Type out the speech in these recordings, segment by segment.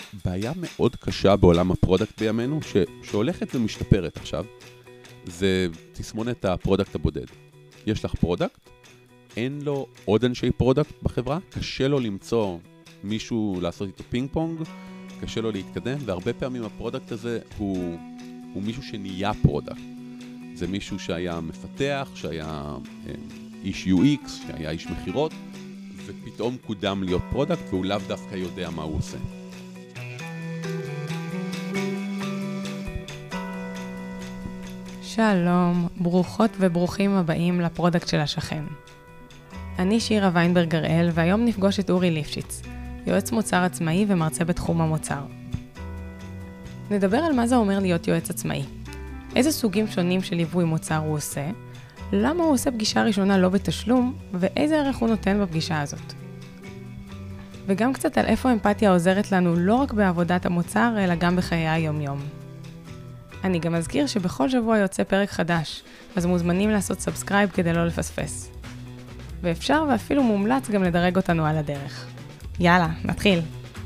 בעיה מאוד קשה בעולם הפרודקט בימינו, שהולכת ומשתפרת עכשיו, זה תסמונת הפרודקט הבודד. יש לך פרודקט, אין לו עוד אנשי פרודקט בחברה, קשה לו למצוא מישהו לעשות איתו פינג פונג, קשה לו להתקדם, והרבה פעמים הפרודקט הזה הוא מישהו שנהיה פרודקט. זה מישהו שהיה מפתח, שהיה איש UX, שהיה איש מחירות, ופתאום קודם להיות פרודקט, והוא לאו דווקא יודע מה הוא עושה. שלום, ברוכות וברוכים הבאים לפרודקט של השכן. אני שירה ויינברג הראל, והיום נפגוש את אורי ליפשיץ, יועץ מוצר עצמאי ומרצה בתחום המוצר. נדבר על מה זה אומר להיות יועץ עצמאי, איזה סוגים שונים של ליווי מוצר הוא עושה, למה הוא עושה פגישה ראשונה לא בתשלום, ואיזה ערך הוא נותן בפגישה הזאת. וגם קצת על איפה אמפתיה עוזרת לנו לא רק בעבודת המוצר, אלא גם בחיי היום-יום. אני גם אזכיר שבכל שבוע יוצא פרק חדש, אז מוזמנים לעשות סאבסקרייב כדי לא לפספס. ואפשר ואפילו מומלץ גם לדרג אותנו על הדרך. יאללה, נתחיל.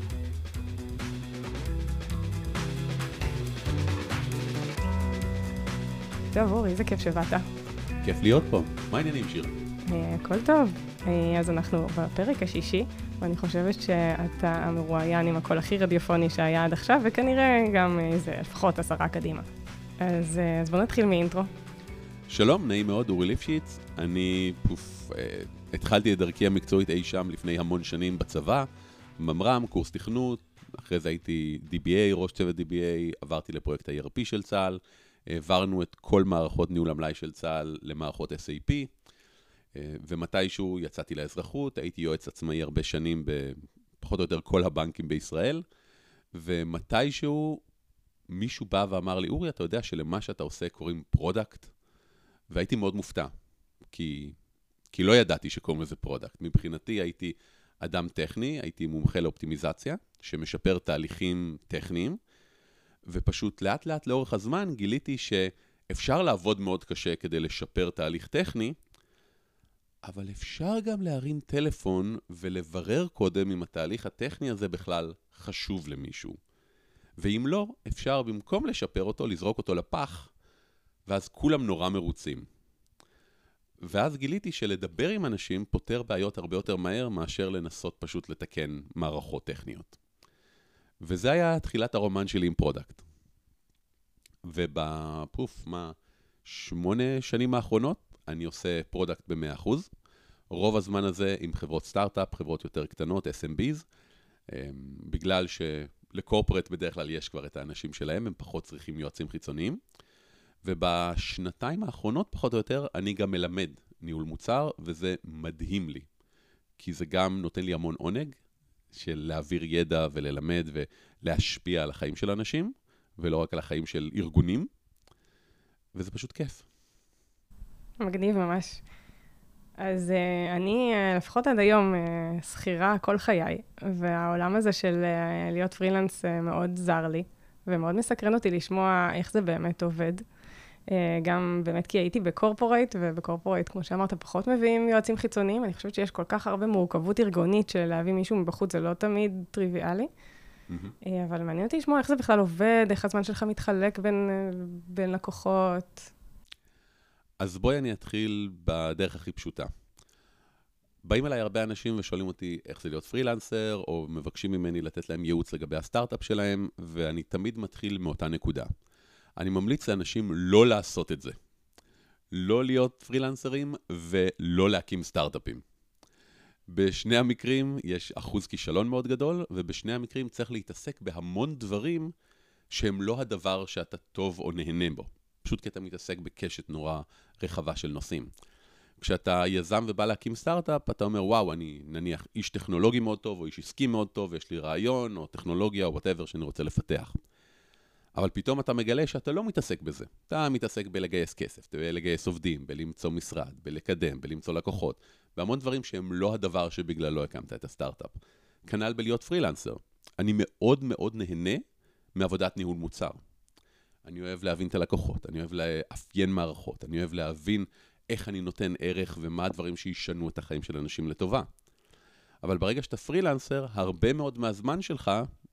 טוב אורי, איזה כיף שבאת. כיף להיות פה. מה העניינים שיר? הכל טוב. אז אנחנו בפרק השישי, ואני חושבת שאתה המרואיין עם הקול הכי רדיופוני שהיה עד עכשיו, וכנראה גם איזה לפחות 10 קדימה. אז בוא נתחיל מאינטרו. שלום, נעים מאוד, אורי ליפשיץ. אני התחלתי את דרכי המקצועית אי שם לפני המון שנים בצבא, ממר"ם, קורס תכנות, אחרי זה הייתי DBA, ראש צוות DBA, עברתי לפרויקט ה-ERP של צה"ל, העברנו את כל מערכות ניהול המלאי של צה"ל למערכות SAP, ומתישהו יצאתי לאזרחות, הייתי יועץ עצמאי הרבה שנים בפחות או יותר כל הבנקים בישראל, ומתישהו מישהו בא ואמר לי, אורי, אתה יודע שלמה שאתה עושה קוראים פרודקט? והייתי מאוד מופתע, כי לא ידעתי שקוראים לזה פרודקט. מבחינתי הייתי אדם טכני, הייתי מומחה לאופטימיזציה, שמשפר תהליכים טכניים, ופשוט לאט לאט לאורך הזמן גיליתי שאפשר לעבוד מאוד קשה כדי לשפר תהליך טכני, אבל אפשר גם להרים טלפון ולברר קודם אם התהליך הטכני הזה בכלל חשוב למישהו. ואם לא, אפשר במקום לשפר אותו, לזרוק אותו לפח, ואז כולם נורא מרוצים. ואז גיליתי שלדבר עם אנשים פותר בעיות הרבה יותר מהר מאשר לנסות פשוט לתקן מערכות טכניות. וזה היה תחילת הרומן שלי עם פרודקט. ובפוף, 8 שנים האחרונות, אני עושה פרודקט ב-100%. רוב הזמן הזה עם חברות סטארט-אפ, חברות יותר קטנות, SMBs, בגלל שלקורפורט בדרך כלל יש כבר את האנשים שלהם, הם פחות צריכים יועצים חיצוניים. ובשנתיים האחרונות, פחות או יותר, אני גם מלמד ניהול מוצר, וזה מדהים לי. כי זה גם נותן לי המון עונג, של להעביר ידע וללמד ולהשפיע על החיים של אנשים, ולא רק על החיים של ארגונים, וזה פשוט כיף. מגניב ממש. אז אני לפחות עד היום שכירה כל חיי, והעולם הזה של להיות פרילנס מאוד זר לי, ומאוד מסקרן אותי לשמוע איך זה באמת עובד. גם באמת כי הייתי בקורפורייט, ובקורפורייט, כמו שאמרת, פחות מביאים יועצים חיצוניים. אני חושבת שיש כל כך הרבה מורכבות ארגונית של להביא מישהו מבחוץ, זה לא תמיד טריוויאלי. אבל מעניין אותי לשמוע איך זה בכלל עובד, איך הזמן שלך מתחלק בין לקוחות. אז בואי אני אתחיל בדרך הכי פשוטה. באים אליי הרבה אנשים ושואלים אותי איך זה להיות פרילנסר, או מבקשים ממני לתת להם ייעוץ לגבי הסטארט-אפ שלהם, ואני תמיד מתחיל מאותה נקודה. אני ממליץ לאנשים לא לעשות את זה. לא להיות פרילנסרים ולא להקים סטארט-אפים. בשני המקרים יש אחוז כישלון מאוד גדול, ובשני המקרים צריך להתעסק בהמון דברים שהם לא הדבר שאתה טוב או נהנה בו. פשוט כי אתה מתעסק בקשת נורא רחבה של נושאים. כשאתה יזם ובא להקים סטארט-אפ, אתה אומר, וואו, אני נניח איש טכנולוגי מאוד טוב, או איש עסקי מאוד טוב, ויש לי רעיון, או טכנולוגיה, או whatever שאני רוצה לפתח. אבל פתאום אתה מגלה שאתה לא מתעסק בזה. אתה מתעסק בלגייס כסף, בלגייס עובדים, בלמצוא משרד, בלקדם, בלמצוא לקוחות, בהמון דברים שהם לא הדבר שבגללו הקמת את הסטארט-אפ. כנ"ל בלהיות פרילנסר. אני מאוד מאוד נהנה מעבודת ניהול מוצר. אני אוהב להבין את הלקוחות, אני אוהב לאפיין מערכות, אני אוהב להבין איך אני נותן ערך ומה הדברים שישנו את החיים של אנשים לטובה. אבל ברגע שאתה פרילנסר, הרבה מאוד מהזמן שלך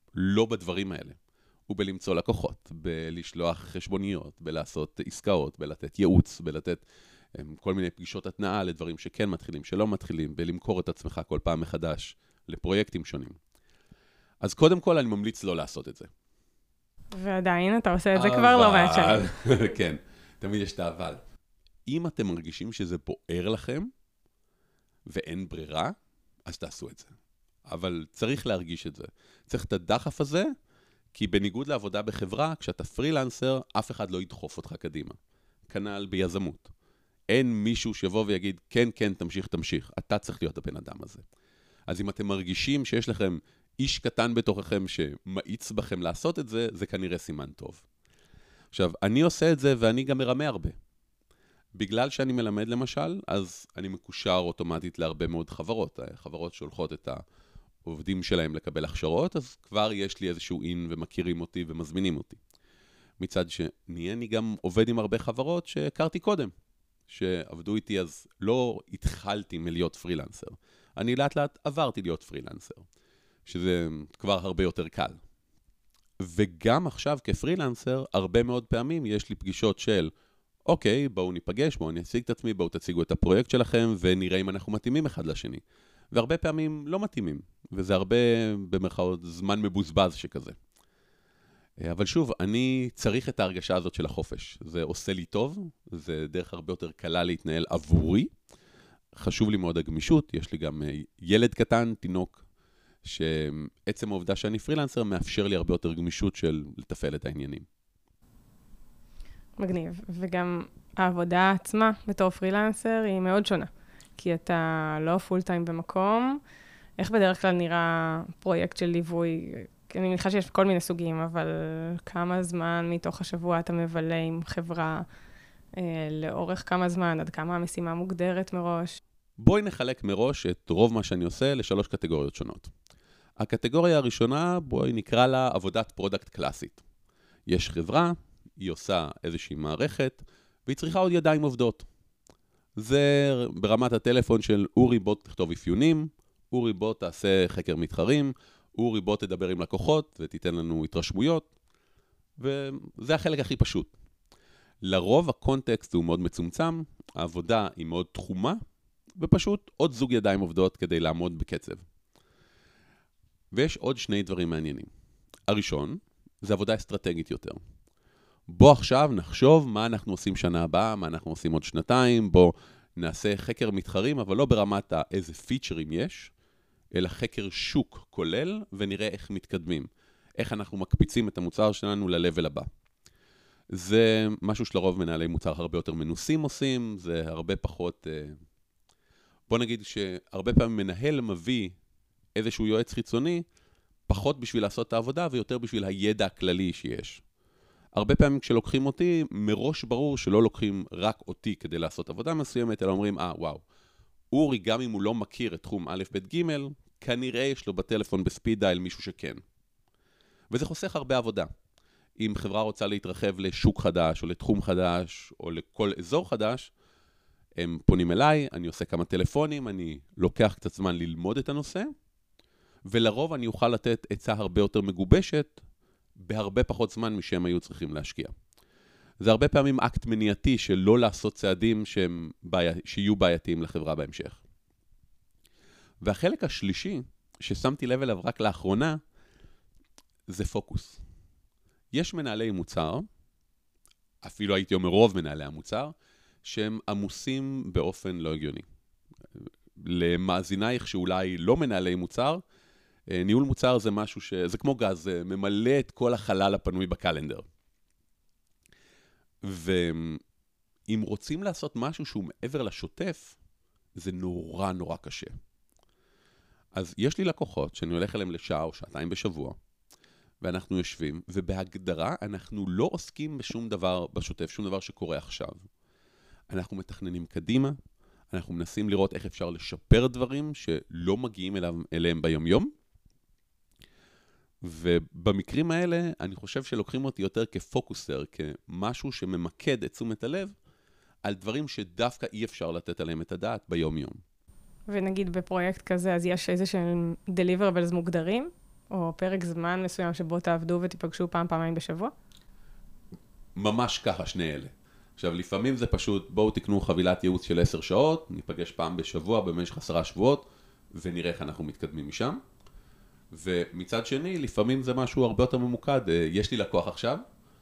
לא בדברים האלה. הוא בלמצוא לקוחות, בלשלוח חשבוניות, בלעשות עסקאות, בלתת ייעוץ, בלתת כל מיני פגישות התנאה לדברים שכן מתחילים, שלא מתחילים, בלמכור את עצמך כל פעם מחדש לפרויקטים שונים. אז קודם כל אני ממליץ לא לעשות את זה. ועדיין אתה עושה את זה כבר לא מעט שנים. כן, תמיד יש את האבל. אם אתם מרגישים שזה בוער לכם, ואין ברירה, אז תעשו את זה. אבל צריך להרגיש את זה. צריך את הדחף הזה, כי בניגוד לעבודה בחברה, כשאתה פרילנסר, אף אחד לא ידחוף אותך קדימה. כנ"ל ביזמות. אין מישהו שיבוא ויגיד, כן, כן, תמשיך. אתה צריך להיות הבן אדם הזה. אז אם אתם מרגישים שיש לכם איש קטן בתוככם שמאיץ בכם לעשות את זה, זה כנראה סימן טוב. עכשיו, אני עושה את זה ואני גם מרמה הרבה. בגלל שאני מלמד למשל, אז אני מקושר אוטומטית להרבה מאוד חברות. חברות שולחות את העובדים שלהם לקבל הכשרות, אז כבר יש לי איזשהו אין ומכירים אותי ומזמינים אותי. מצד שני, אני גם עובד עם הרבה חברות שהכרתי קודם, שעבדו איתי, אז לא התחלתי מלהיות פרילנסר. אני לאט לאט עברתי להיות פרילנסר, שזה כבר הרבה יותר קל. וגם עכשיו כפרילנסר, הרבה מאוד פעמים יש לי פגישות של, אוקיי, בואו ניפגש, בואו נציג את עצמי, בואו תציגו את הפרויקט שלכם, ונראה אם אנחנו מתאימים אחד לשני. והרבה פעמים לא מתאימים, וזה הרבה במרכאות זמן מבוזבז שכזה. אבל שוב, אני צריך את ההרגשה הזאת של החופש. זה עושה לי טוב, זה דרך הרבה יותר קלה להתנהל עבורי. חשוב לי מאוד הגמישות, יש לי גם ילד קטן, תינוק, שעצם העובדה שאני פרילנסר מאפשר לי הרבה יותר גמישות של לתפעל את העניינים. מגניב. וגם העבודה עצמה בתור פרילנסר היא מאוד שונה. כי אתה לא פול טיים במקום. איך בדרך כלל נראה פרויקט של ליווי? אני מניחה שיש כל מיני סוגים, אבל כמה זמן מתוך השבוע אתה מבלה עם חברה, לאורך כמה זמן, עד כמה המשימה מוגדרת מראש? בואי נחלק מראש את רוב מה שאני עושה לשלוש קטגוריות שונות. הקטגוריה הראשונה, בואי נקרא לה עבודת פרודקט קלאסית. יש חברה, היא עושה איזושהי מערכת, והיא צריכה עוד ידיים עובדות. זה ברמת הטלפון של אורי בוא תכתוב אפיונים, אורי בוא תעשה חקר מתחרים, אורי בוא תדבר עם לקוחות ותיתן לנו התרשמויות, וזה החלק הכי פשוט. לרוב הקונטקסט הוא מאוד מצומצם, העבודה היא מאוד תחומה, ופשוט עוד זוג ידיים עובדות כדי לעמוד בקצב. ויש עוד שני דברים מעניינים. הראשון, זה עבודה אסטרטגית יותר. בוא עכשיו נחשוב מה אנחנו עושים שנה הבאה, מה אנחנו עושים עוד שנתיים, בוא נעשה חקר מתחרים, אבל לא ברמת איזה פיצ'רים יש, אלא חקר שוק כולל, ונראה איך מתקדמים. איך אנחנו מקפיצים את המוצר שלנו ל-level הבא. זה משהו שלרוב מנהלי מוצר הרבה יותר מנוסים עושים, זה הרבה פחות... בוא נגיד שהרבה פעמים מנהל מביא איזשהו יועץ חיצוני, פחות בשביל לעשות את העבודה, ויותר בשביל הידע הכללי שיש. הרבה פעמים כשלוקחים אותי, מראש ברור שלא לוקחים רק אותי כדי לעשות עבודה מסוימת, אלא אומרים, וואו, אורי, גם אם הוא לא מכיר את תחום א', ב', ג', כנראה יש לו בטלפון בספיד דייל מישהו שכן. וזה חוסך הרבה עבודה. אם חברה רוצה להתרחב לשוק חדש, או לתחום חדש, או לכל אזור חדש, הם פונים אליי, אני עושה כמה טלפונים, אני לוקח קצת זמן ללמוד את הנושא, ולרוב אני אוכל לתת עצה הרבה יותר מגובשת, בהרבה פחות זמן משהם היו צריכים להשקיע. זה הרבה פעמים אקט מניעתי של לא לעשות צעדים שיהיו בעייתיים לחברה בהמשך. והחלק השלישי, ששמתי לב אליו רק לאחרונה, זה פוקוס. יש מנהלי מוצר, אפילו הייתי אומר רוב מנהלי המוצר, שהם עמוסים באופן לא הגיוני. למאזינייך שאולי לא מנהלי מוצר, ניהול מוצר זה משהו זה כמו גז, זה ממלא את כל החלל הפנוי בקלנדר. ואם רוצים לעשות משהו שהוא מעבר לשוטף, זה נורא נורא קשה. אז יש לי לקוחות שאני הולך אליהם לשעה או שעתיים בשבוע, ואנחנו יושבים, ובהגדרה אנחנו לא עוסקים בשום דבר בשוטף, שום דבר שקורה עכשיו. אנחנו מתכננים קדימה, אנחנו מנסים לראות איך אפשר לשפר דברים שלא מגיעים אליהם ביום-יום, ובמקרים האלה אני חושב שלוקחים אותי יותר כפוקוסר, כמשהו שממקד את תשומת הלב על דברים שדווקא אי אפשר לתת עליהם את הדעת ביום-יום. ונגיד בפרויקט כזה, אז יש איזה שהם deliverables מוגדרים? או פרק זמן מסוים שבו תעבדו ותיפגשו פעמיים בשבוע? ממש ככה, שני אלה. עכשיו, לפעמים זה פשוט, בואו תקנו חבילת ייעוץ של 10 שעות, ניפגש פעם בשבוע במשך 10 שבועות, ונראה איך אנחנו מתקדמים משם. ומצד שני, לפעמים זה משהו הרבה יותר ממוקד. יש לי לקוח עכשיו,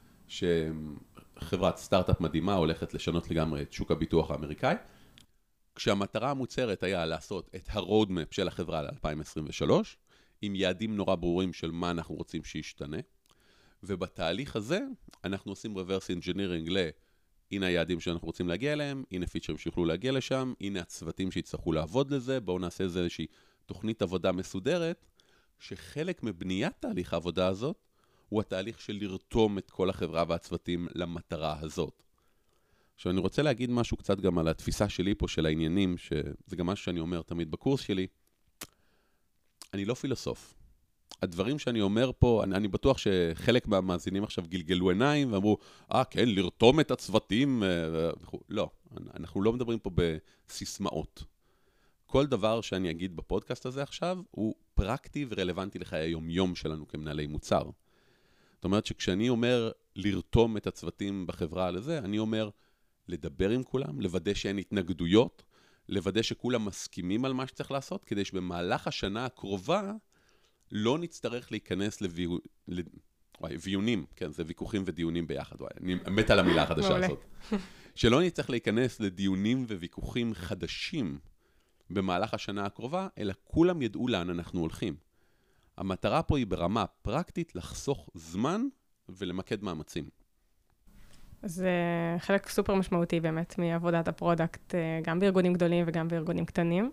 שחברת סטארט-אפ מדהימה הולכת לשנות לגמרי את שוק הביטוח האמריקאי, כשהמטרה המוצהרת היה לעשות את הרודמפ של החברה ל-2023, עם יעדים נורא ברורים של מה אנחנו רוצים שישתנה, ובתהליך הזה אנחנו עושים reverse engineering הנה היעדים שאנחנו רוצים להגיע אליהם, הנה פיצ'רים שיוכלו להגיע לשם, הנה הצוותים שיצטרכו לעבוד לזה, בואו נעשה איזושהי תוכנית עבודה מסודרת, שחלק מבניית תהליך העבודה הזאת, הוא התהליך של לרתום את כל החברה והצוותים למטרה הזאת. עכשיו אני רוצה להגיד משהו קצת גם על התפיסה שלי פה של העניינים, שזה גם משהו שאני אומר תמיד בקורס שלי, אני לא פילוסוף. הדברים שאני אומר פה, אני בטוח שחלק מהמאזינים עכשיו גלגלו עיניים ואמרו, כן, לרתום את הצוותים. לא, אנחנו לא מדברים פה בסיסמאות. כל דבר שאני אגיד בפודקאסט הזה עכשיו, הוא פרקטי ורלוונטי לחיי היום-יום שלנו כמנהלי מוצר. זאת אומרת שכשאני אומר לרתום את הצוותים בחברה לזה, אני אומר לדבר עם כולם, לוודא שאין התנגדויות, לוודא שכולם מסכימים על מה שצריך לעשות, כדי שבמהלך השנה הקרובה, לא נצטרך להיכנס לוויונים, כן, זה ויכוחים ודיונים ביחד, אני מת על המילה החדשה הזאת. שלא נצטרך להיכנס לדיונים וויכוחים חדשים במהלך השנה הקרובה, אלא כולם ידעו לאן אנחנו הולכים. המטרה פה היא ברמה פרקטית לחסוך זמן ולמקד מאמצים. זה חלק סופר משמעותי באמת מעבודת הפרודקט, גם בארגונים גדולים וגם בארגונים קטנים.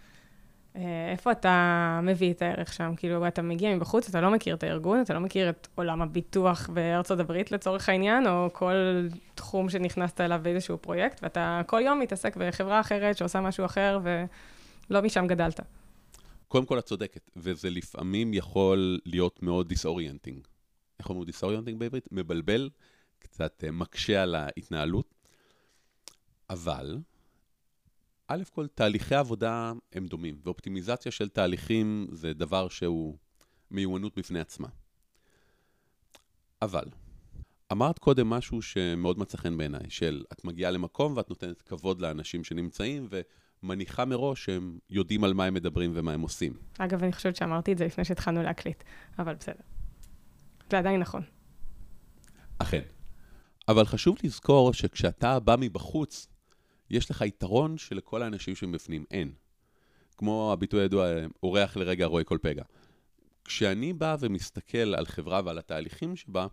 איפה אתה מביא את הערך שם? כאילו, אתה מגיע מבחוץ, אתה לא מכיר את הארגון, אתה לא מכיר את עולם הביטוח בארצות הברית לצורך העניין, או כל תחום שנכנסת אליו באיזשהו פרויקט, ואתה כל יום מתעסק בחברה אחרת שעושה משהו אחר, ולא משם גדלת. קודם כל את צודקת, וזה לפעמים יכול להיות מאוד דיסאוריינטינג. איך אומרים דיסאוריינטינג בעברית? מבלבל, קצת מקשה על ההתנהלות, אבל א' כל, תהליכי עבודה הם דומים, ואופטימיזציה של תהליכים זה דבר שהוא מיומנות בפני עצמה. אבל, אמרת קודם משהו שמאוד מצא חן בעיניי, של את מגיעה למקום ואת נותנת כבוד לאנשים שנמצאים, ומניחה מראש שהם יודעים על מה הם מדברים ומה הם עושים. אגב, אני חושבת שאמרתי את זה לפני שהתחלנו להקליט, אבל בסדר. זה עדיין נכון. אכן. אבל חשוב לזכור שכשאתה בא מבחוץ, יש לך יתרון שלכל האנשים שבפנים אין. כמו הביטוי הידוע, אורח לרגע רואה כל פגע. כשאני בא ומסתכל על חברה ועל התהליכים שבה,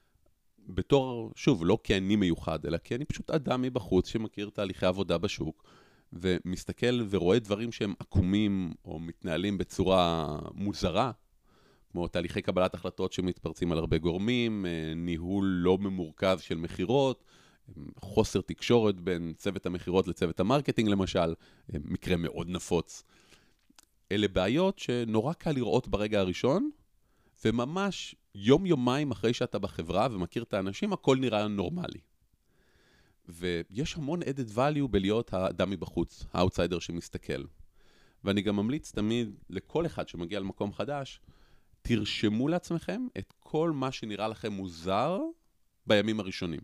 בתור, שוב, לא כי אני מיוחד, אלא כי אני פשוט אדם מבחוץ שמכיר תהליכי עבודה בשוק, ומסתכל ורואה דברים שהם עקומים או מתנהלים בצורה מוזרה, כמו תהליכי קבלת החלטות שמתפרצים על הרבה גורמים, ניהול לא ממורכז של מחירות, חוסר תקשורת בין צוות המחירות לצוות המרקטינג למשל, מקרה מאוד נפוץ. אלה בעיות שנורא קל לראות ברגע הראשון, וממש יום-יומיים אחרי שאתה בחברה ומכיר את האנשים, הכל נראה נורמלי. ויש המון added value בלהיות האדם מבחוץ, האוטסיידר שמסתכל. ואני גם ממליץ תמיד לכל אחד שמגיע למקום חדש, תרשמו לעצמכם את כל מה שנראה לכם מוזר בימים הראשונים.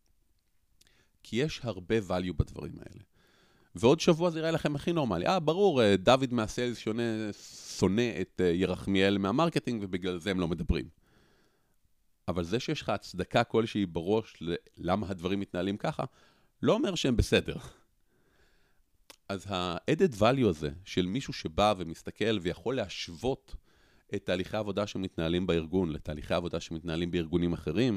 כי יש הרבה value בדברים האלה. ועוד שבוע זה יראה לכם הכי נורמלי. ברור, דוד מהסיילס שונא את ירחמיאל מהמרקטינג, ובגלל זה הם לא מדברים. אבל זה שיש לך הצדקה כלשהי בראש למה הדברים מתנהלים ככה, לא אומר שהם בסדר. אז ה-added value הזה של מישהו שבא ומסתכל ויכול להשוות את תהליכי העבודה שמתנהלים בארגון לתהליכי העבודה שמתנהלים בארגונים אחרים,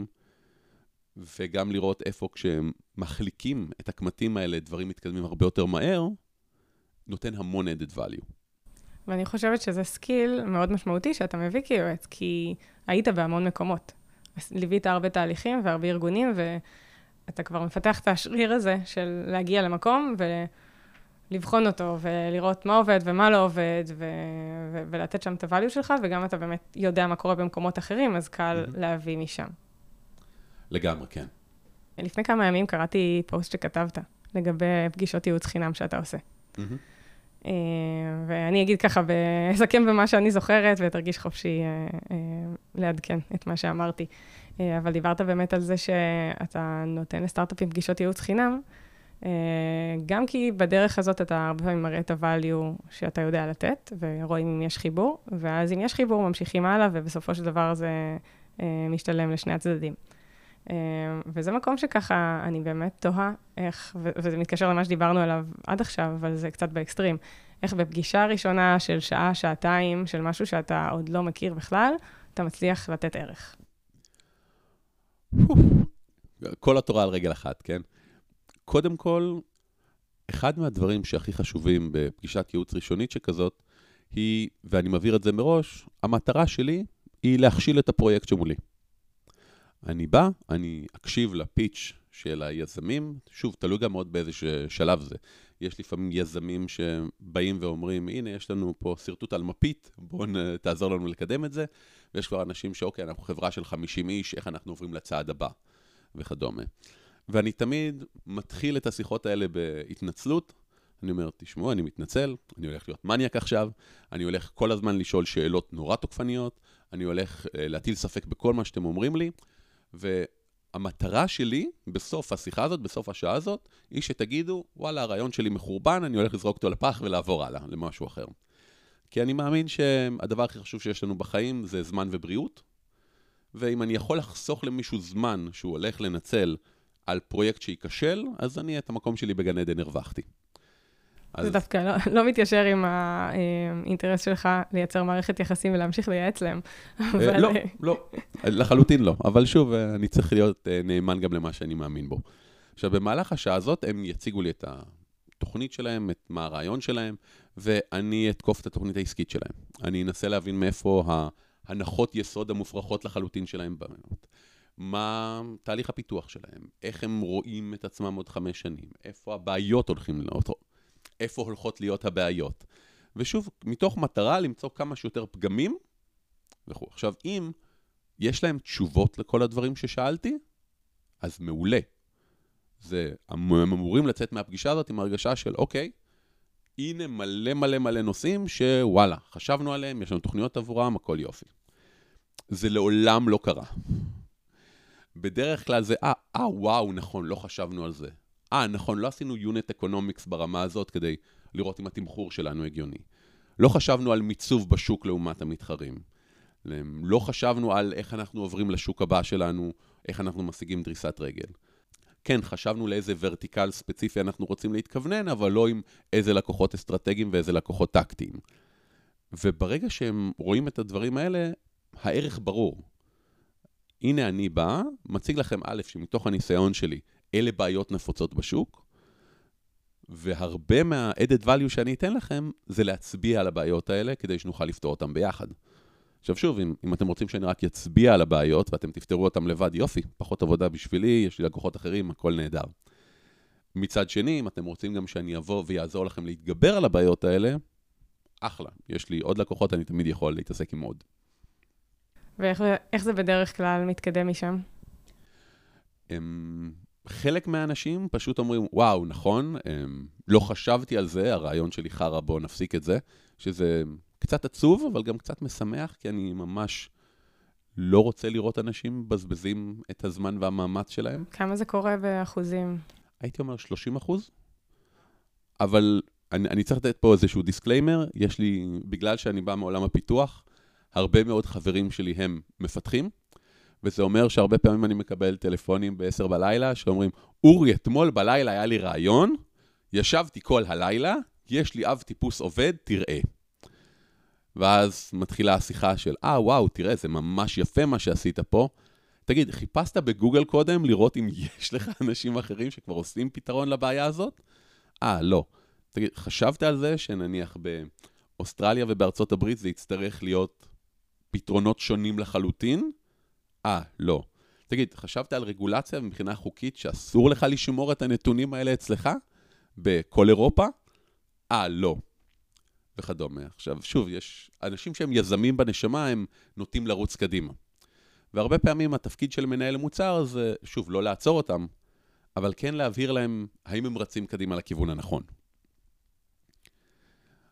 וגם לראות איפה כשהם מחליקים את הקמטים האלה, דברים מתקדמים הרבה יותר מהר, נותן המון added value. ואני חושבת שזה סקיל מאוד משמעותי שאתה מביא כיועץ, כי היית בהמון מקומות. ליווית הרבה תהליכים והרבה ארגונים, ואתה כבר מפתח את השריר הזה של להגיע למקום ולבחון אותו, ולראות מה עובד ומה לא עובד, ולתת שם את הvalue שלך, וגם אתה באמת יודע מה קורה במקומות אחרים, אז קל להביא משם. לגמרי, כן. לפני כמה ימים קראתי פוסט שכתבת, לגבי פגישות ייעוץ חינם שאתה עושה. ואני אגיד ככה, אסכם במה שאני זוכרת, ותרגיש חופשי לעדכן את מה שאמרתי. אבל דיברת באמת על זה שאתה נותן לסטארט-אפים פגישות ייעוץ חינם, גם כי בדרך הזאת אתה הרבה פעמים מראה את ה-value שאתה יודע לתת, ורואים אם יש חיבור, ואז אם יש חיבור ממשיכים הלאה, ובסופו של דבר זה משתלם לשני הצדדים. וזה מקום שככה אני באמת תוהה איך, וזה מתקשר למה שדיברנו עליו עד עכשיו, אבל זה קצת באקסטרים, איך בפגישה ראשונה של שעה, שעתיים, של משהו שאתה עוד לא מכיר בכלל, אתה מצליח לתת ערך. כל התורה על רגל אחת, כן? קודם כל, אחד מהדברים שהכי חשובים בפגישת ייעוץ ראשונית שכזאת, היא, ואני מבהיר את זה מראש, המטרה שלי היא להכשיל את הפרויקט שמולי. אני בא, אני אקשיב לפיץ' של היזמים, שוב, תלוי גם מאוד באיזה שלב זה. יש לפעמים יזמים שבאים ואומרים, הנה, יש לנו פה סרטוט על מפית, בואו תעזור לנו לקדם את זה, ויש כבר אנשים שאוקיי, אנחנו חברה של 50 איש, איך אנחנו עוברים לצעד הבא, וכדומה. ואני תמיד מתחיל את השיחות האלה בהתנצלות, אני אומר, תשמעו, אני מתנצל, אני הולך להיות מניאק עכשיו, אני הולך כל הזמן לשאול שאלות נורא תוקפניות, אני הולך להטיל ספק בכל מה שאתם אומרים לי, והמטרה שלי בסוף השיחה הזאת, בסוף השעה הזאת, היא שתגידו, וואלה, הרעיון שלי מחורבן, אני הולך לזרוק אותו לפח ולעבור הלאה, למשהו אחר. כי אני מאמין שהדבר הכי חשוב שיש לנו בחיים זה זמן ובריאות, ואם אני יכול לחסוך למישהו זמן שהוא הולך לנצל על פרויקט שייכשל, אז אני את המקום שלי בגן עדן הרווחתי. זה דווקא לא מתיישר עם האינטרס שלך לייצר מערכת יחסים ולהמשיך לייעץ להם. לא, לחלוטין לא. אבל שוב, אני צריך להיות נאמן גם למה שאני מאמין בו. עכשיו, במהלך השעה הזאת, הם יציגו לי את התוכנית שלהם, את מה הרעיון שלהם, ואני אתקוף את התוכנית העסקית שלהם. אני אנסה להבין מאיפה ההנחות יסוד המופרכות לחלוטין שלהם באמת. מה תהליך הפיתוח שלהם, איך הם רואים את עצמם עוד 5 שנים, איפה הבעיות איפה הולכות להיות הבעיות. ושוב, מתוך מטרה למצוא כמה שיותר פגמים וכו'. עכשיו, אם יש להם תשובות לכל הדברים ששאלתי, אז מעולה. הם אמורים לצאת מהפגישה הזאת עם הרגשה של, אוקיי, הנה מלא נושאים שוואלה, חשבנו עליהם, יש לנו תוכניות עבורם, הכל יופי. זה לעולם לא קרה. בדרך כלל זה, וואו, נכון, לא חשבנו על זה. נכון, לא עשינו יוניט אקונומיקס ברמה הזאת כדי לראות אם התמחור שלנו הגיוני. לא חשבנו על מיצוב בשוק לעומת המתחרים. לא חשבנו על איך אנחנו עוברים לשוק הבא שלנו, איך אנחנו משיגים דריסת רגל. כן, חשבנו לאיזה ורטיקל ספציפי אנחנו רוצים להתכוונן, אבל לא עם איזה לקוחות אסטרטגיים ואיזה לקוחות טקטיים. וברגע שהם רואים את הדברים האלה, הערך ברור. הנה אני בא, מציג לכם שמתוך הניסיון שלי, אלה בעיות נפוצות בשוק, והרבה מה-added value שאני אתן לכם, זה להצביע על הבעיות האלה, כדי שנוכל לפתור אותם ביחד. עכשיו שוב, אם אתם רוצים שאני רק יצביע על הבעיות, ואתם תפתרו אותם לבד, יופי, פחות עבודה בשבילי, יש לי לקוחות אחרים, הכל נהדר. מצד שני, אם אתם רוצים גם שאני אבוא ויעזור לכם להתגבר על הבעיות האלה, אחלה, יש לי עוד לקוחות, אני תמיד יכול להתעסק עם עוד. ואיך זה בדרך כלל מתקדם משם? חלק מהאנשים פשוט אומרים, וואו, נכון, לא חשבתי על זה, הרעיון שלי חרה, בוא נפסיק את זה, שזה קצת עצוב, אבל גם קצת משמח, כי אני ממש לא רוצה לראות אנשים מבזבזים את הזמן והמאמץ שלהם. כמה זה קורה באחוזים? הייתי אומר 30%, אבל אני צריך לתת פה איזשהו דיסקליימר, יש לי, בגלל שאני בא מעולם הפיתוח, הרבה מאוד חברים שלי הם מפתחים, וזה אומר שהרבה פעמים אני מקבל טלפונים ב-10 בלילה, שאומרים, אורי, אתמול בלילה היה לי רעיון, ישבתי כל הלילה, יש לי אב טיפוס עובד, תראה. ואז מתחילה השיחה של, וואו, תראה, זה ממש יפה מה שעשית פה. תגיד, חיפשת בגוגל קודם לראות אם יש לך אנשים אחרים שכבר עושים פתרון לבעיה הזאת? לא. תגיד, חשבת על זה שנניח באוסטרליה ובארצות הברית זה יצטרך להיות פתרונות שונים לחלוטין? לא. תגיד, חשבת על רגולציה מבחינה חוקית שאסור לך לשמור את הנתונים האלה אצלך? בכל אירופה? לא. וכדומה. עכשיו, שוב, יש אנשים שהם יזמים בנשמה, הם נוטים לרוץ קדימה. והרבה פעמים התפקיד של מנהל מוצר זה, שוב, לא לעצור אותם, אבל כן להבהיר להם האם הם רצים קדימה לכיוון הנכון.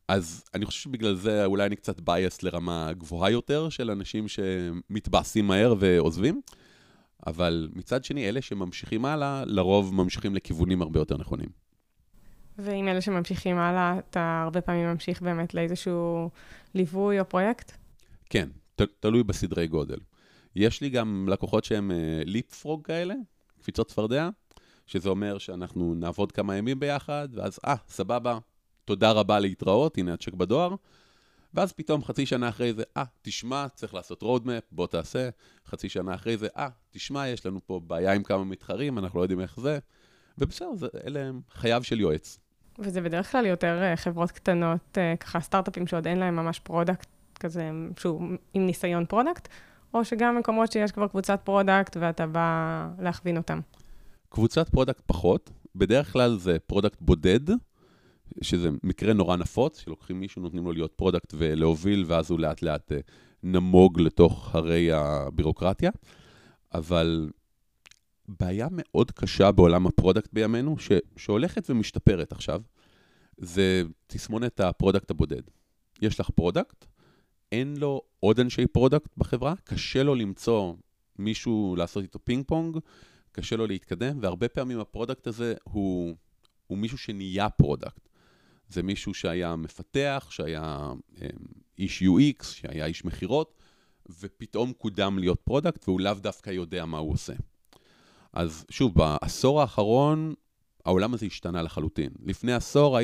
אז אני חושב שבגלל זה אולי אני קצת בייס לרמה גבוהה יותר של אנשים שמתבאסים מהר ועוזבים, אבל מצד שני, אלה שממשיכים הלאה, לרוב ממשיכים לכיוונים הרבה יותר נכונים. ועם אלה שממשיכים הלאה, אתה הרבה פעמים ממשיך באמת לאיזשהו ליווי או פרויקט? כן, תלוי בסדרי גודל. יש לי גם לקוחות שהם ליפפרוג כאלה, קפיצות צפרדע, שזה אומר שאנחנו נעבוד כמה ימים ביחד, ואז, סבבה, תודה רבה להתראות, הנה הצ'ק בדואר, ואז פתאום חצי שנה אחרי זה, תשמע, צריך לעשות רודמפ, בוא תעשה, חצי שנה אחרי זה, תשמע, יש לנו פה בעיה עם כמה מתחרים, אנחנו לא יודעים איך זה, ובסדר, אלה הם חייו של יועץ. וזה בדרך כלל יותר חברות קטנות, ככה סטארט-אפים שעוד אין להם ממש פרודקט כזה, שהוא עם ניסיון פרודקט, או שגם מקומות שיש כבר קבוצת פרודקט ואתה בא להכווין אותם? קבוצת פרודקט פחות, בדרך כלל זה פרודקט בודד, שזה מקרה נורא נפוץ, שלוקחים מישהו, נותנים לו להיות פרודקט ולהוביל, ואז הוא לאט לאט נמוג לתוך הרי הבירוקרטיה. אבל בעיה מאוד קשה בעולם הפרודקט בימינו, שהולכת ומשתפרת עכשיו, זה תסמונת הפרודקט הבודד. יש לך פרודקט, אין לו עוד אנשי פרודקט בחברה, קשה לו למצוא מישהו לעשות איתו פינג פונג, קשה לו להתקדם, והרבה פעמים הפרודקט הזה הוא מישהו שנהיה פרודקט. זה מישהו שהיה מפתח, שהיה איש UX, שהיה איש מחירות, ופתאום קודם להיות פרודקט, והוא לאו דווקא יודע מה הוא עושה. אז שוב, בעשור האחרון, העולם הזה השתנה לחלוטין. לפני עשור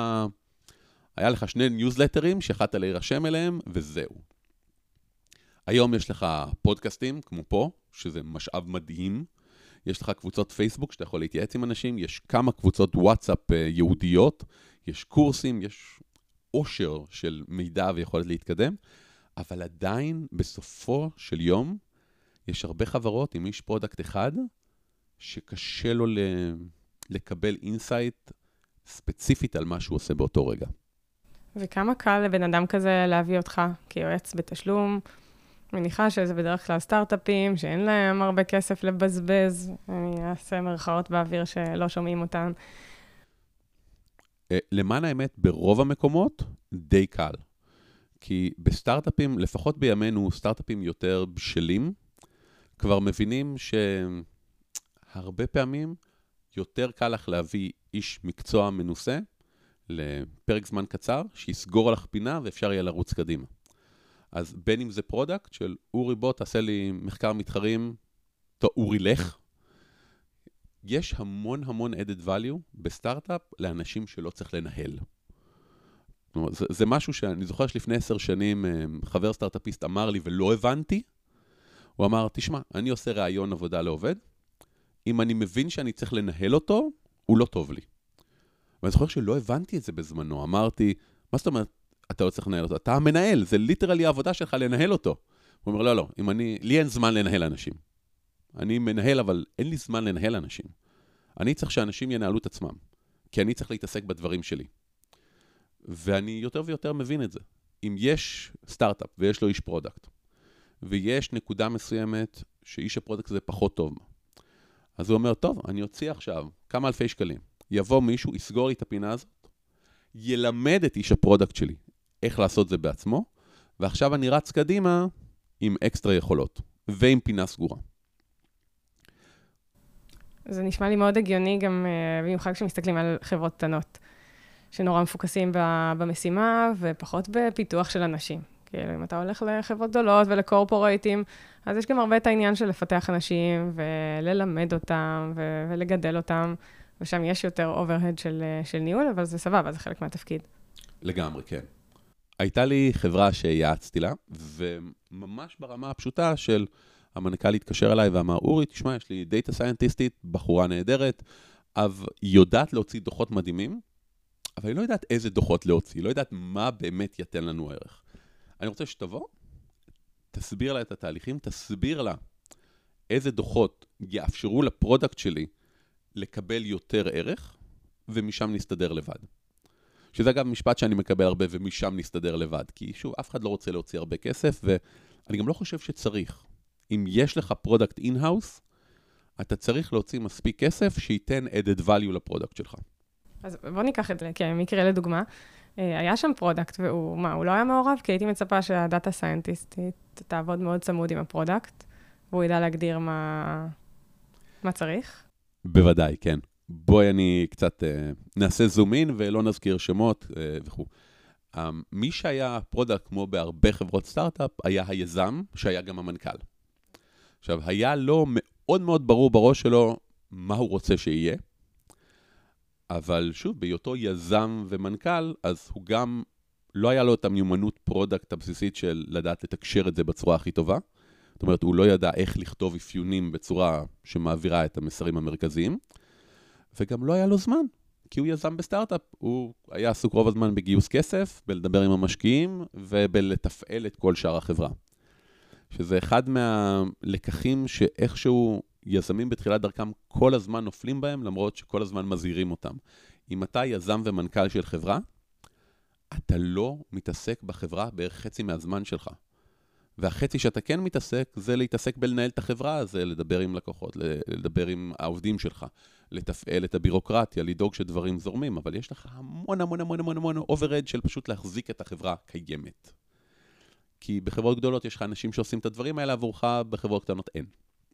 היה לך 2 ניוזלטרים שיכלת להירשם אליהם, וזהו. היום יש לך פודקאסטים, כמו פה, שזה משאב מדהים. יש לך קבוצות פייסבוק שאתה יכול להתייעץ עם אנשים, יש כמה קבוצות וואטסאפ יהודיות, יש קורסים, יש עושר של מידע ויכולת להתקדם, אבל עדיין בסופו של יום יש הרבה חברות עם איש פרודקט אחד, שקשה לו לקבל אינסייט ספציפית על מה שהוא עושה באותו רגע. וכמה קל לבן אדם כזה להביא אותך כיועץ בתשלום? מניחה שזה בדרך כלל סטארט-אפים, שאין להם הרבה כסף לבזבז, אני אעשה מרכאות באוויר שלא שומעים אותן. למען האמת, ברוב המקומות די קל. כי בסטארט-אפים, לפחות בימינו, סטארט-אפים יותר בשלים, כבר מבינים שהרבה פעמים יותר קל לך להביא איש מקצוע מנוסה, לפרק זמן קצר, שיסגור לך פינה ואפשר יהיה לרוץ קדימה. אז בין אם זה פרודקט של אורי בוא, תעשה לי מחקר מתחרים, אורי לך. יש המון added value בסטארט-אפ לאנשים שלא צריך לנהל. זה משהו שאני זוכר שלפני 10 שנים חבר סטארט-אפיסט אמר לי ולא הבנתי. הוא אמר, תשמע, אני עושה רעיון עבודה לעובד, אם אני מבין שאני צריך לנהל אותו, הוא לא טוב לי. ואני זוכר שלא הבנתי את זה בזמנו. אמרתי, מה זאת אומרת? אתה לא צריך לנהל אותו. אתה המנהל, זה ליטרלי העבודה שלך לנהל אותו. הוא אומר, לא, לי אין זמן לנהל אנשים. אני מנהל, אבל אין לי זמן לנהל אנשים. אני צריך שאנשים ינהלו את עצמם, כי אני צריך להתעסק בדברים שלי. ואני יותר ויותר מבין את זה. אם יש סטארט-אפ ויש לו איש פרודקט, ויש נקודה מסוימת שאיש הפרודקט זה פחות טוב, אז הוא אומר, טוב, אני אוציא עכשיו כמה אלפי שקלים. יבוא מישהו, יסגור לי את הפינה הזאת, ילמד את איש הפרודקט שלי איך לעשות זה בעצמו, ועכשיו אני רץ קדימה עם אקסטרה יכולות, ועם פינה סגורה. זה נשמע לי מאוד הגיוני גם במיוחד כשמסתכלים על חברות קטנות, שנורא מפוקסים במשימה ופחות בפיתוח של אנשים. כאילו, אם אתה הולך לחברות גדולות ולקורפורייטים, אז יש גם הרבה את העניין של לפתח אנשים וללמד אותם ולגדל אותם, ושם יש יותר אוברהד של ניהול, אבל זה סבבה, זה חלק מהתפקיד. לגמרי, כן. הייתה לי חברה שיעצתי לה, וממש ברמה הפשוטה של המנכ"ל התקשר אליי ואמר, אורי, תשמע, יש לי דאטה סיינטיסטית, בחורה נהדרת, אבל היא יודעת להוציא דוחות מדהימים, אבל היא לא יודעת איזה דוחות להוציא, היא לא יודעת מה באמת ייתן לנו ערך. אני רוצה שתבוא, תסביר לה את התהליכים, תסביר לה איזה דוחות יאפשרו לפרודקט שלי לקבל יותר ערך, ומשם נסתדר לבד. שזה אגב משפט שאני מקבל הרבה, ומשם נסתדר לבד. כי שוב, אף אחד לא רוצה להוציא הרבה כסף, ואני גם לא חושב שצריך. אם יש לך פרודקט אין-האוס, אתה צריך להוציא מספיק כסף שייתן added value לפרודקט שלך. אז בוא ניקח את זה, כי המקרה לדוגמה, היה שם פרודקט, והוא, הוא לא היה מעורב? כי הייתי מצפה שהדאטה סיינטיסט תעבוד מאוד צמוד עם הפרודקט, והוא ידע להגדיר מה צריך. בוודאי, כן. בואי אני קצת נעשה זום אין ולא נזכיר שמות וכו'. מי שהיה פרודקט כמו בהרבה חברות סטארט-אפ, היה היזם שהיה גם המנכ"ל. עכשיו, היה לו מאוד מאוד ברור בראש שלו מה הוא רוצה שיהיה, אבל שוב, בהיותו יזם ומנכ"ל, אז הוא גם לא היה לו את המיומנות פרודקט הבסיסית של לדעת לתקשר את זה בצורה הכי טובה. זאת אומרת, הוא לא ידע איך לכתוב אפיונים בצורה שמעבירה את המסרים המרכזיים, וגם לא היה לו זמן, כי הוא יזם בסטארט-אפ. הוא היה עסוק רוב הזמן בגיוס כסף, בלדבר עם המשקיעים, ובלתפעל את כל שאר החברה. שזה אחד מהלקחים שאיכשהו יזמים בתחילת דרכם כל הזמן נופלים בהם, למרות שכל הזמן מזהירים אותם. אם אתה יזם ומנכ"ל של חברה, אתה לא מתעסק בחברה בערך חצי מהזמן שלך. והחצי שאתה כן מתעסק, זה להתעסק בלנהל את החברה, זה לדבר עם לקוחות, לדבר עם העובדים שלך, לתפעל את הבירוקרטיה, לדאוג שדברים זורמים, אבל יש לך המון המון המון המון המון אוברהד של פשוט להחזיק את החברה קיימת. כי בחברות גדולות יש לך אנשים שעושים את הדברים האלה עבורך, בחברות קטנות אין.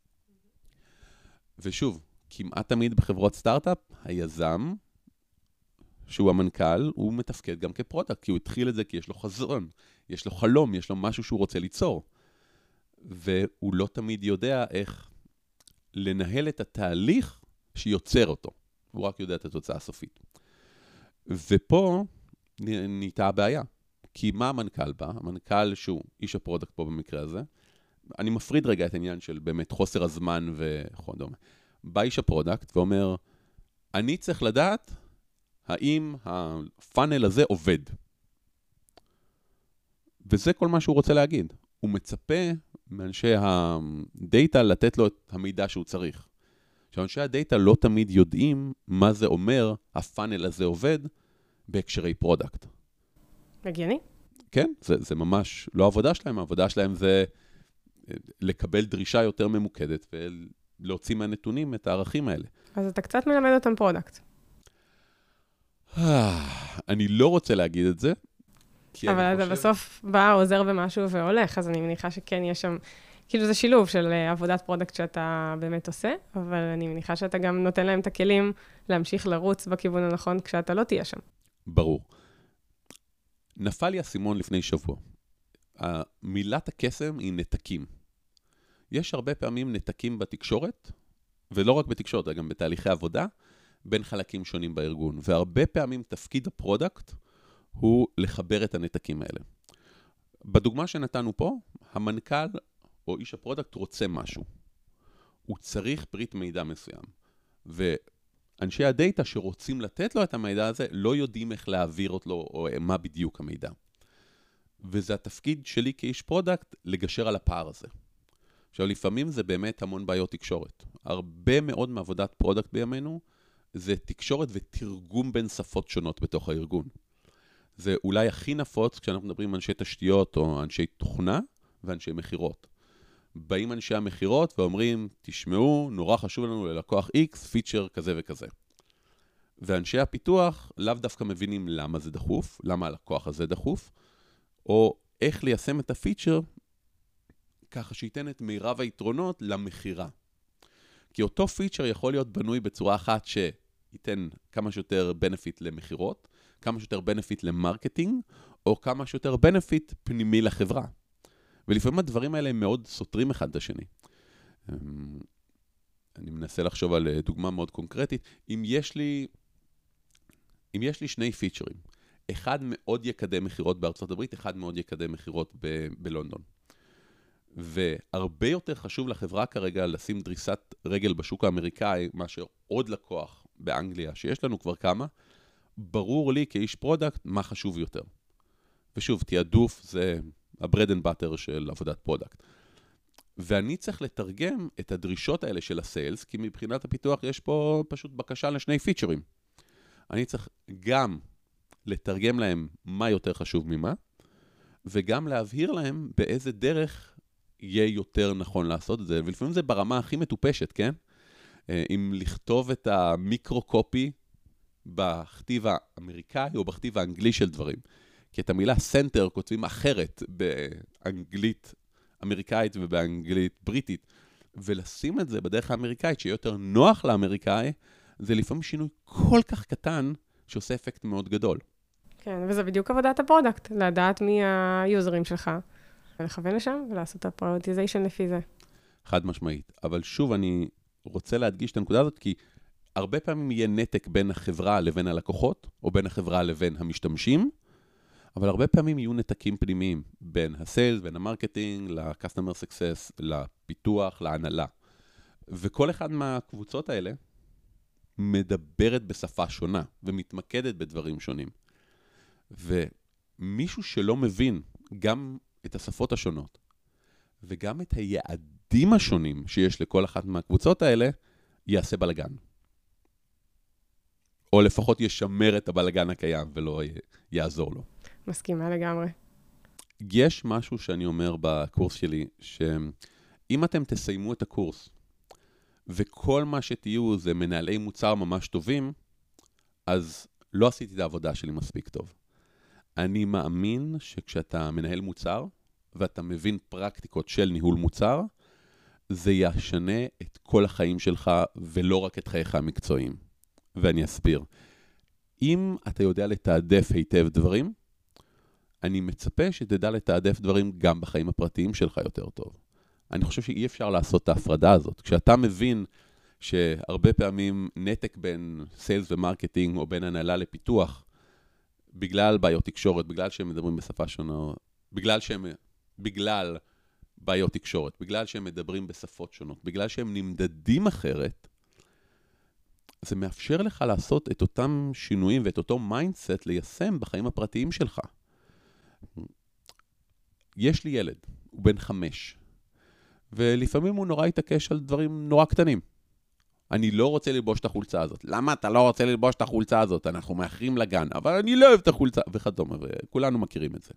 ושוב, כמעט תמיד בחברות סטארט-אפ, היזם, שהוא המנכ"ל, הוא מתפקד גם כפרודקט, כי הוא התחיל את זה כי יש לו חזון, יש לו חלום, יש לו משהו שהוא רוצה ליצור. והוא לא תמיד יודע איך לנהל את התהליך שיוצר אותו. הוא רק יודע את התוצאה הסופית. ופה נהייתה הבעיה. כי מה המנכ"ל בא? המנכ"ל שהוא איש הפרודקט פה במקרה הזה. אני מפריד רגע את העניין של באמת חוסר הזמן וכדומה. בא איש הפרודקט ואומר, אני צריך לדעת האם הפאנל הזה עובד. וזה כל מה שהוא רוצה להגיד. הוא מצפה מאנשי הדאטה לתת לו את המידע שהוא צריך. עכשיו, אנשי הדאטה לא תמיד יודעים מה זה אומר, הפאנל הזה עובד, בהקשרי פרודקט. הגיוני? כן, זה ממש לא העבודה שלהם. העבודה שלהם זה לקבל דרישה יותר ממוקדת, ולהוציא מהנתונים את הערכים האלה. אז אתה קצת מלמד אותם פרודקט. אני לא רוצה להגיד את זה. אבל אתה בסוף בא, עוזר במשהו והולך, אז אני מניחה שכן יש שם, כאילו זה שילוב של עבודת פרודקט שאתה באמת עושה, אבל אני מניחה שאתה גם נותן להם את הכלים להמשיך לרוץ בכיוון הנכון כשאתה לא תהיה שם. ברור. נפל לי הסימון לפני שבוע. מילת הקסם היא נתקים. יש הרבה פעמים נתקים בתקשורת, ולא רק בתקשורת, גם בתהליכי עבודה, בין חלקים שונים בארגון. והרבה פעמים תפקיד הפרודקט הוא לחבר את הנתקים האלה. בדוגמה שנתנו פה, המנכ"ל או איש הפרודקט רוצה משהו. הוא צריך פריט מידע מסוים. ואנשי הדאטה שרוצים לתת לו את המידע הזה, לא יודעים איך להעביר אותו או מה בדיוק המידע. וזה התפקיד שלי כאיש פרודקט לגשר על הפער הזה. עכשיו, לפעמים זה באמת המון בעיות תקשורת. הרבה מאוד מעבודת פרודקט בימינו, זה תקשורת ותרגום בין שפות שונות בתוך הארגון. זה אולי הכי נפוץ כשאנחנו מדברים עם אנשי תשתיות או אנשי תוכנה ואנשי מחירות. באים אנשי המחירות ואומרים, תשמעו, נורא חשוב לנו ללקוח X, פיצ'ר כזה וכזה. ואנשי הפיתוח לאו דווקא מבינים למה זה דחוף, למה הלקוח הזה דחוף, או איך ליישם את הפיצ'ר ככה שייתן את מירב היתרונות למחירה. כי אותו פיצ'ר יכול להיות בנוי בצורה אחת שייתן כמה שיותר בנפיט למחירות, כמה שיותר בנפיט למרקטינג, או כמה שיותר בנפיט פנימי לחברה. ולפעמים הדברים האלה הם מאוד סותרים אחד את השני. אני מנסה לחשוב על דוגמה מאוד קונקרטית. אם יש לי שני פיצ'רים, אחד מאוד יקדם מחירות בארצות הברית, אחד מאוד יקדם מחירות בלונדון. והרבה יותר חשוב לחברה כרגע לשים דריסת רגל בשוק האמריקאי, מאשר עוד לקוח באנגליה, שיש לנו כבר כמה, ברור לי כאיש פרודקט מה חשוב יותר. ושוב, תיעדוף זה ה-bread and butter של עבודת פרודקט. ואני צריך לתרגם את הדרישות האלה של הסיילס, כי מבחינת הפיתוח יש פה פשוט בקשה לשני פיצ'רים. אני צריך גם לתרגם להם מה יותר חשוב ממה, וגם להבהיר להם באיזה דרך יהיה יותר נכון לעשות את זה. ולפעמים זה ברמה הכי מטופשת, כן? אם לכתוב את המיקרו-קופי בכתיב האמריקאי או בכתיב האנגלי של דברים. כי את המילה סנטר כותבים אחרת באנגלית אמריקאית ובאנגלית בריטית, ולשים את זה בדרך האמריקאית, שיהיה יותר נוח לאמריקאי, זה לפעמים שינוי כל כך קטן, שעושה אפקט מאוד גדול. כן, וזה בדיוק עבודת הפרודקט, לדעת מי היוזרים שלך, ולכוון לשם ולעשות את הפריוריטיזיישן לפי זה. חד משמעית. אבל שוב, אני רוצה להדגיש את הנקודה הזאת, כי הרבה פעמים יהיה נתק בין החברה לבין הלקוחות, או בין החברה לבין המשתמשים, אבל הרבה פעמים יהיו נתקים פנימיים, בין הסיילס, בין המרקטינג, ל-customer success, לפיתוח, להנהלה. וכל אחד מהקבוצות האלה מדברת בשפה שונה, ומתמקדת בדברים שונים. ומישהו שלא מבין גם את השפות השונות, וגם את היעדים השונים שיש לכל אחת מהקבוצות האלה, יעשה בלגן. או לפחות ישמר את הבלגן הקיים ולא יעזור לו. מסכימה לגמרי. יש משהו שאני אומר בקורס שלי, שאם אתם תסיימו את הקורס, וכל מה שתהיו זה מנהלי מוצר ממש טובים, אז לא עשיתי את העבודה שלי מספיק טוב. אני מאמין שכשאתה מנהל מוצר, ואתה מבין פרקטיקות של ניהול מוצר, זה ישנה את כל החיים שלך, ולא רק את חייך המקצועיים. ואני אסביר. אם אתה יודע לתעדף היטב דברים, אני מצפה שתדע לתעדף דברים גם בחיים הפרטיים שלך יותר טוב. אני חושב שאי אפשר לעשות את ההפרדה הזאת. כשאתה מבין שהרבה פעמים נתק בין סיילס ומרקטינג, או בין הנהלה לפיתוח, בגלל בעיות תקשורת, בגלל שהם מדברים בשפה שונה, בגלל בעיות תקשורת, בגלל שהם מדברים בשפות שונות, בגלל שהם נמדדים אחרת, זה מאפשר לך לעשות את אותם שינויים ואת אותו מיינדסט ליישם בחיים הפרטיים שלך. יש לי ילד, הוא בן 5, ולפעמים הוא נורא התעקש על דברים נורא קטנים. אני לא רוצה ללבוש את החולצה הזאת. למה אתה לא רוצה ללבוש את החולצה הזאת? אנחנו מאחרים לגן, אבל אני לא אוהב את החולצה, וכדומה, וכולנו מכירים את זה.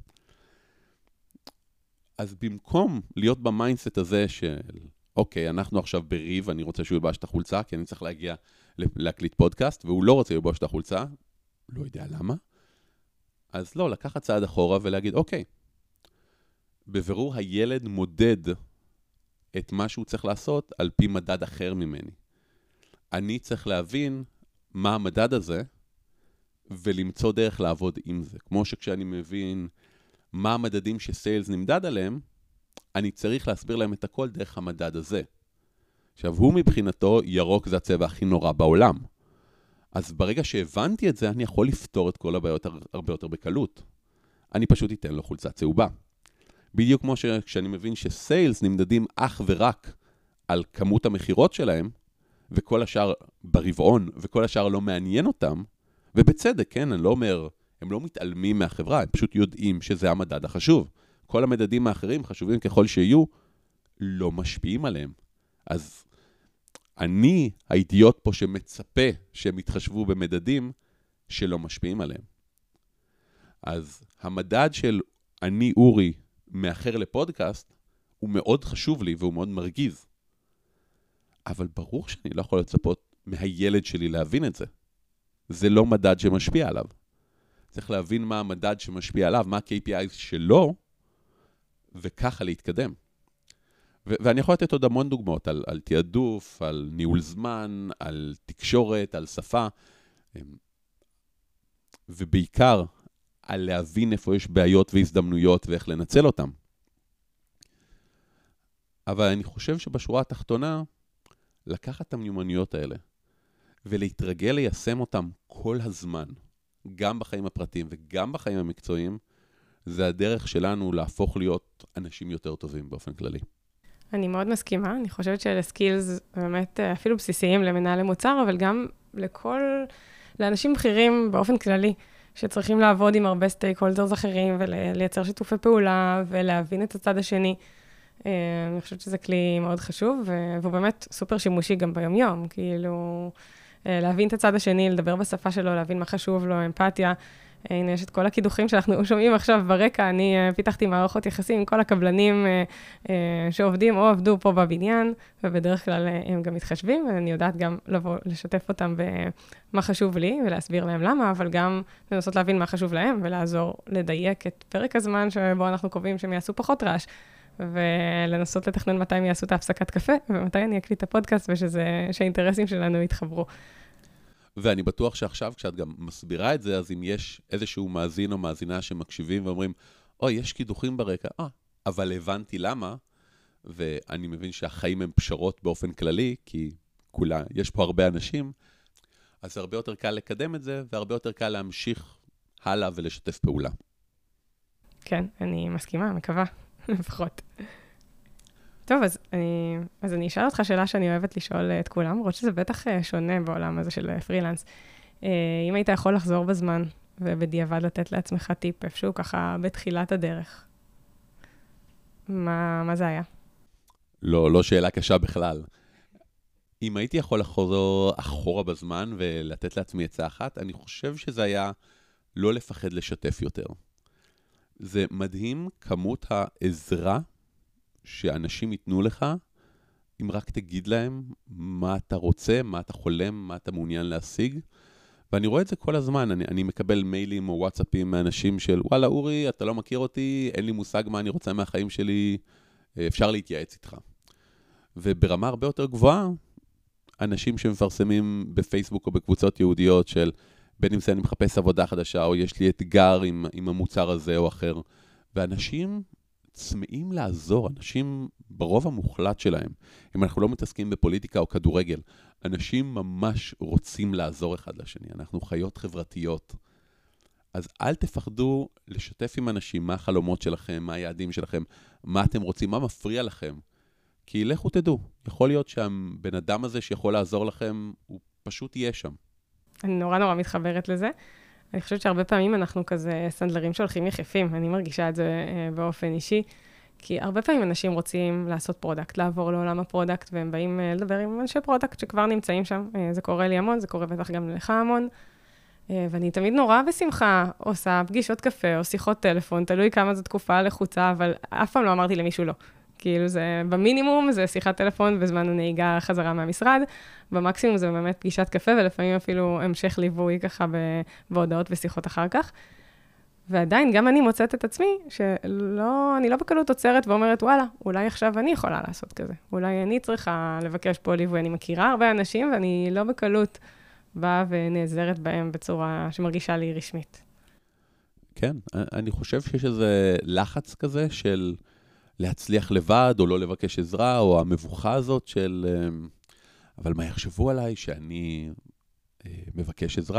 אז במקום להיות במיינדסט הזה של, אוקיי, אנחנו עכשיו בריב, אני רוצה שהוא ילבש את החולצה, כי אני צריך להגיע להקליט פודקאסט, והוא לא רוצה ללבוש את החולצה, לא יודע למה. אז לא, לקחת צעד אחורה ולהגיד, אוקיי, בבירור הילד מודד את מה שהוא צריך לעשות על פי מדד אחר ממני. אני צריך להבין מה המדד הזה, ולמצוא דרך לעבוד עם זה. כמו שכשאני מבין מה המדדים שסיילס נמדד עליהם, אני צריך להסביר להם את הכל דרך המדד הזה. עכשיו, הוא מבחינתו, ירוק זה הצבע הכי נורא בעולם. אז ברגע שהבנתי את זה, אני יכול לפתור את כל הבעיות הרבה יותר בקלות. אני פשוט אתן לו חולצה צהובה. בדיוק כמו שכשאני מבין שסיילס נמדדים אך ורק על כמות המחירות שלהם, וכל השאר ברבעון, וכל השאר לא מעניין אותם, ובצדק, כן, אני לא אומר, הם לא מתעלמים מהחברה, הם פשוט יודעים שזה המדד החשוב. כל המדדים האחרים, חשובים ככל שיהיו, לא משפיעים עליהם. אז אני, האידיוט פה שמצפה שהם יתחשבו במדדים שלא משפיעים עליהם. אז המדד של אני אורי מאחר לפודקאסט, הוא מאוד חשוב לי והוא מאוד מרגיז. אבל ברור שאני לא יכול לצפות מהילד שלי להבין את זה. זה לא מדד שמשפיע עליו. צריך להבין מה המדד שמשפיע עליו, מה ה-KPI שלו, וככה להתקדם. ואני יכול לתת עוד המון דוגמאות על תיעדוף, על ניהול זמן, על תקשורת, על שפה, ובעיקר על להבין איפה יש בעיות והזדמנויות ואיך לנצל אותם. אבל אני חושב שבשורה התחתונה, לקחת את המיומנויות האלה, ולהתרגל ליישם אותם כל הזמן, גם בחיים הפרטיים וגם בחיים המקצועיים, זה הדרך שלנו להפוך להיות אנשים יותר טובים באופן כללי. אני מאוד מסכימה, אני חושבת שאלה סקילס באמת אפילו בסיסיים למנהלי מוצר, אבל גם לאנשים בכירים באופן כללי, שצריכים לעבוד עם הרבה סטייק הולדרס אחרים, ולייצר שיתופי פעולה, ולהבין את הצד השני. אני חושבת שזה כלי מאוד חשוב, והוא באמת סופר שימושי גם ביום-יום, כאילו להבין את הצד השני, לדבר בשפה שלו, להבין מה חשוב לו, אמפתיה, הנה, יש את כל הקידוחים שאנחנו שומעים עכשיו ברקע, אני פיתחתי מערכות יחסים עם כל הקבלנים שעובדים או עבדו פה בבניין, ובדרך כלל הם גם מתחשבים, ואני יודעת גם לבוא לשתף אותם במה חשוב לי, ולהסביר להם למה, אבל גם לנסות להבין מה חשוב להם, ולעזור לדייק את פרק הזמן שבו אנחנו קובעים שהם יעשו פחות רעש, ולנסות לתכנן מתי הם יעשו את ההפסקת קפה, ומתי אני אקליט את הפודקאסט, ושהאינטרסים שלנו יתחברו. ואני בטוח שעכשיו, כשאת גם מסבירה את זה, אז אם יש איזשהו מאזין או מאזינה שמקשיבים ואומרים, יש קידוחים ברקע, אבל הבנתי למה, ואני מבין שהחיים הם פשרות באופן כללי, כי יש פה הרבה אנשים, אז זה הרבה יותר קל לקדם את זה, והרבה יותר קל להמשיך הלאה ולשתף פעולה. כן, אני מסכימה, מקווה, לפחות. טוב, אז אני אשאל אותך שאלה שאני אוהבת לשאול את כולם, למרות שזה בטח שונה בעולם הזה של פרילנס. אם היית יכול לחזור בזמן, ובדיעבד לתת לעצמך טיפ איפשהו ככה בתחילת הדרך, מה זה היה? לא שאלה קשה בכלל. אם הייתי יכול לחזור אחורה בזמן ולתת לעצמי עצה אחת, אני חושב שזה היה לא לפחד לשתף יותר. זה מדהים כמות העזרה שאנשים ייתנו לך, אם רק תגיד להם מה אתה רוצה, מה אתה חולם, מה אתה מעוניין להשיג. ואני רואה את זה כל הזמן, אני מקבל מיילים או וואטסאפים מאנשים של, וואלה אורי, אתה לא מכיר אותי, אין לי מושג מה אני רוצה מהחיים שלי, אפשר להתייעץ איתך. וברמה הרבה יותר גבוהה, אנשים שמפרסמים בפייסבוק או בקבוצות יהודיות של, בין אם זה אני מחפש עבודה חדשה, או יש לי אתגר עם המוצר הזה או אחר, ואנשים צמאים לעזור, אנשים ברוב המוחלט שלהם, אם אנחנו לא מתעסקים בפוליטיקה או כדורגל, אנשים ממש רוצים לעזור אחד לשני, אנחנו חיות חברתיות. אז אל תפחדו לשתף עם אנשים מה החלומות שלכם, מה היעדים שלכם, מה אתם רוצים, מה מפריע לכם, כי לכו תדעו, יכול להיות שהבן אדם הזה שיכול לעזור לכם, הוא פשוט יהיה שם. אני נורא מתחברת לזה. אני חושבת שהרבה פעמים אנחנו כזה סנדלרים שהולכים יחפים, אני מרגישה את זה באופן אישי, כי הרבה פעמים אנשים רוצים לעשות פרודקט, לעבור לעולם הפרודקט, והם באים לדבר עם אנשי פרודקט שכבר נמצאים שם. זה קורה לי המון, זה קורה בטח גם לך המון. ואני תמיד נורא בשמחה עושה פגישות קפה או שיחות טלפון, תלוי כמה זו תקופה לחוצה, אבל אף פעם לא אמרתי למישהו לא. כאילו זה במינימום, זה שיחת טלפון בזמן הנהיגה חזרה מהמשרד, במקסימום זה באמת פגישת קפה, ולפעמים אפילו המשך ליווי ככה בהודעות ושיחות אחר כך. ועדיין גם אני מוצאת את עצמי, שאני לא בקלות עוצרת ואומרת, וואלה, אולי עכשיו אני יכולה לעשות כזה. אולי אני צריכה לבקש פה ליווי. אני מכירה הרבה אנשים, ואני לא בקלות באה ונעזרת בהם בצורה שמרגישה לי רשמית. כן, אני חושב שיש איזה לחץ כזה של להצליח לבד, או לא לבקש עזרה, או המבוכה הזאת של, אבל מה יחשבו עליי שאני מבקש עזרה?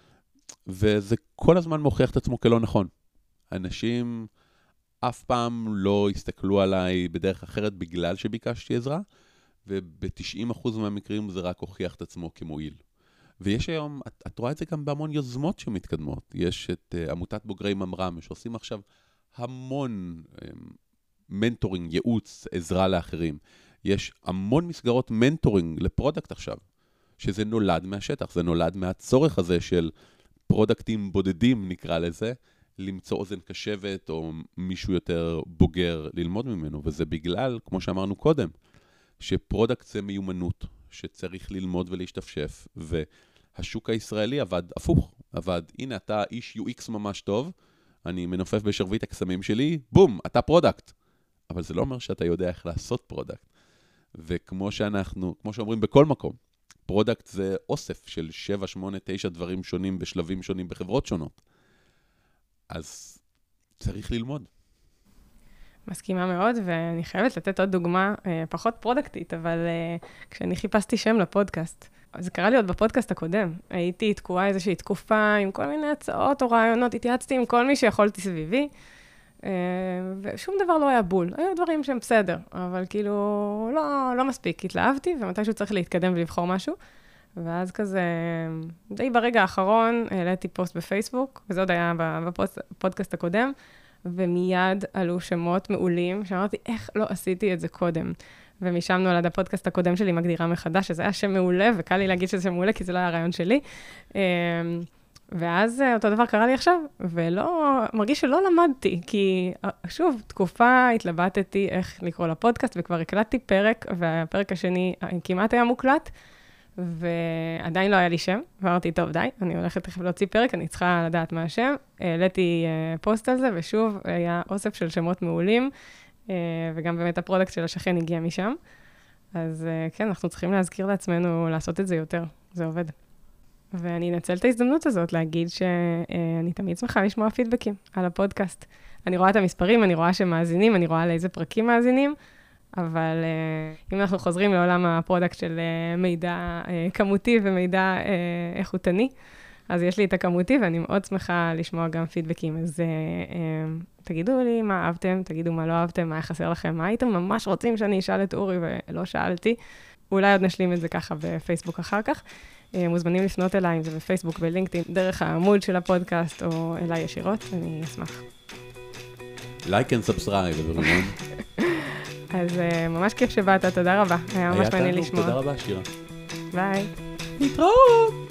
וזה כל הזמן מוכיח את עצמו כלא נכון. אנשים אף פעם לא הסתכלו עליי בדרך אחרת בגלל שביקשתי עזרה, וב-90% מהמקרים זה רק הוכיח את עצמו כמועיל. ויש היום, את רואה את זה גם בהמון יוזמות שמתקדמות. יש את עמותת בוגרי ממר"ם, שעושים עכשיו המון מנטורינג, ייעוץ, עזרה לאחרים. יש המון מסגרות מנטורינג לפרודקט עכשיו, שזה נולד מהשטח, זה נולד מהצורך הזה של פרודקטים בודדים, נקרא לזה, למצוא אוזן קשבת או מישהו יותר בוגר ללמוד ממנו, וזה בגלל, כמו שאמרנו קודם, שפרודקט זה מיומנות, שצריך ללמוד ולהשתפשף, והשוק הישראלי עבד הפוך, הנה אתה איש UX ממש טוב, אני מנופף בשרביט הקסמים שלי, בום, אתה פרודקט. אבל זה לא אומר שאתה יודע איך לעשות פרודקט. וכמו שאומרים בכל מקום, פרודקט זה אוסף של 7, 8, 9 דברים שונים בשלבים שונים בחברות שונות. אז צריך ללמוד. מסכימה מאוד, ואני חייבת לתת עוד דוגמה, פחות פרודקטית, אבל כשאני חיפשתי שם לפודקאסט, זה קרה לי עוד בפודקאסט הקודם. הייתי תקועה איזושהי תקופה עם כל מיני הצעות או רעיונות, התייעצתי עם כל מי שיכולתי סביבי, ושום דבר לא היה בול. היו דברים שהם בסדר, אבל כאילו לא מספיק. התלהבתי, ומתישהו צריך להתקדם ולבחור משהו. ואז כזה, די ברגע האחרון, העליתי פוסט בפייסבוק, וזה עוד היה בפודקאסט הקודם, ומיד עלו שמות מעולים, שאמרתי, איך לא עשיתי את זה קודם? ומשם נולד הפודקאסט הקודם שלי, מגדירה מחדש, שזה היה שם מעולה, וקל לי להגיד שזה שם מעולה, כי זה לא היה הרעיון שלי. ואז אותו דבר קרה לי עכשיו, מרגיש שלא למדתי, כי שוב, תקופה התלבטתי איך לקרוא לפודקאסט, וכבר הקלטתי פרק, והפרק השני כמעט היה מוקלט, ועדיין לא היה לי שם, ואמרתי, טוב, די, אני הולכת תכף להוציא פרק, אני צריכה לדעת מה השם. העליתי פוסט על זה, ושוב, היה אוסף של שמות מעולים, וגם באמת הפרודקט של השכן הגיע משם. אז כן, אנחנו צריכים להזכיר לעצמנו לעשות את זה יותר, זה עובד. ואני אנצל את ההזדמנות הזאת להגיד שאני תמיד שמחה לשמוע פידבקים על הפודקאסט. אני רואה את המספרים, אני רואה שמאזינים, אני רואה לאיזה פרקים מאזינים, אבל אם אנחנו חוזרים לעולם הפרודקט של מידע כמותי ומידע איכותני, אז יש לי את הכמותי, ואני מאוד שמחה לשמוע גם פידבקים. אז תגידו לי מה אהבתם, תגידו מה לא אהבתם, מה חסר לכם, מה הייתם ממש רוצים שאני אשאל את אורי ולא שאלתי. אולי עוד נשלים את זה ככה בפייסבוק אחר כך. מוזמנים לפנות אליי, אם זה בפייסבוק ולינקדאין, דרך העמוד של הפודקאסט, או אליי ישירות, אני אשמח. לייק and subscribe, everyone. אז ממש כיף שבאת, תודה רבה. היה ממש מעניין לשמוע. תודה רבה, שירה. ביי. להתראות.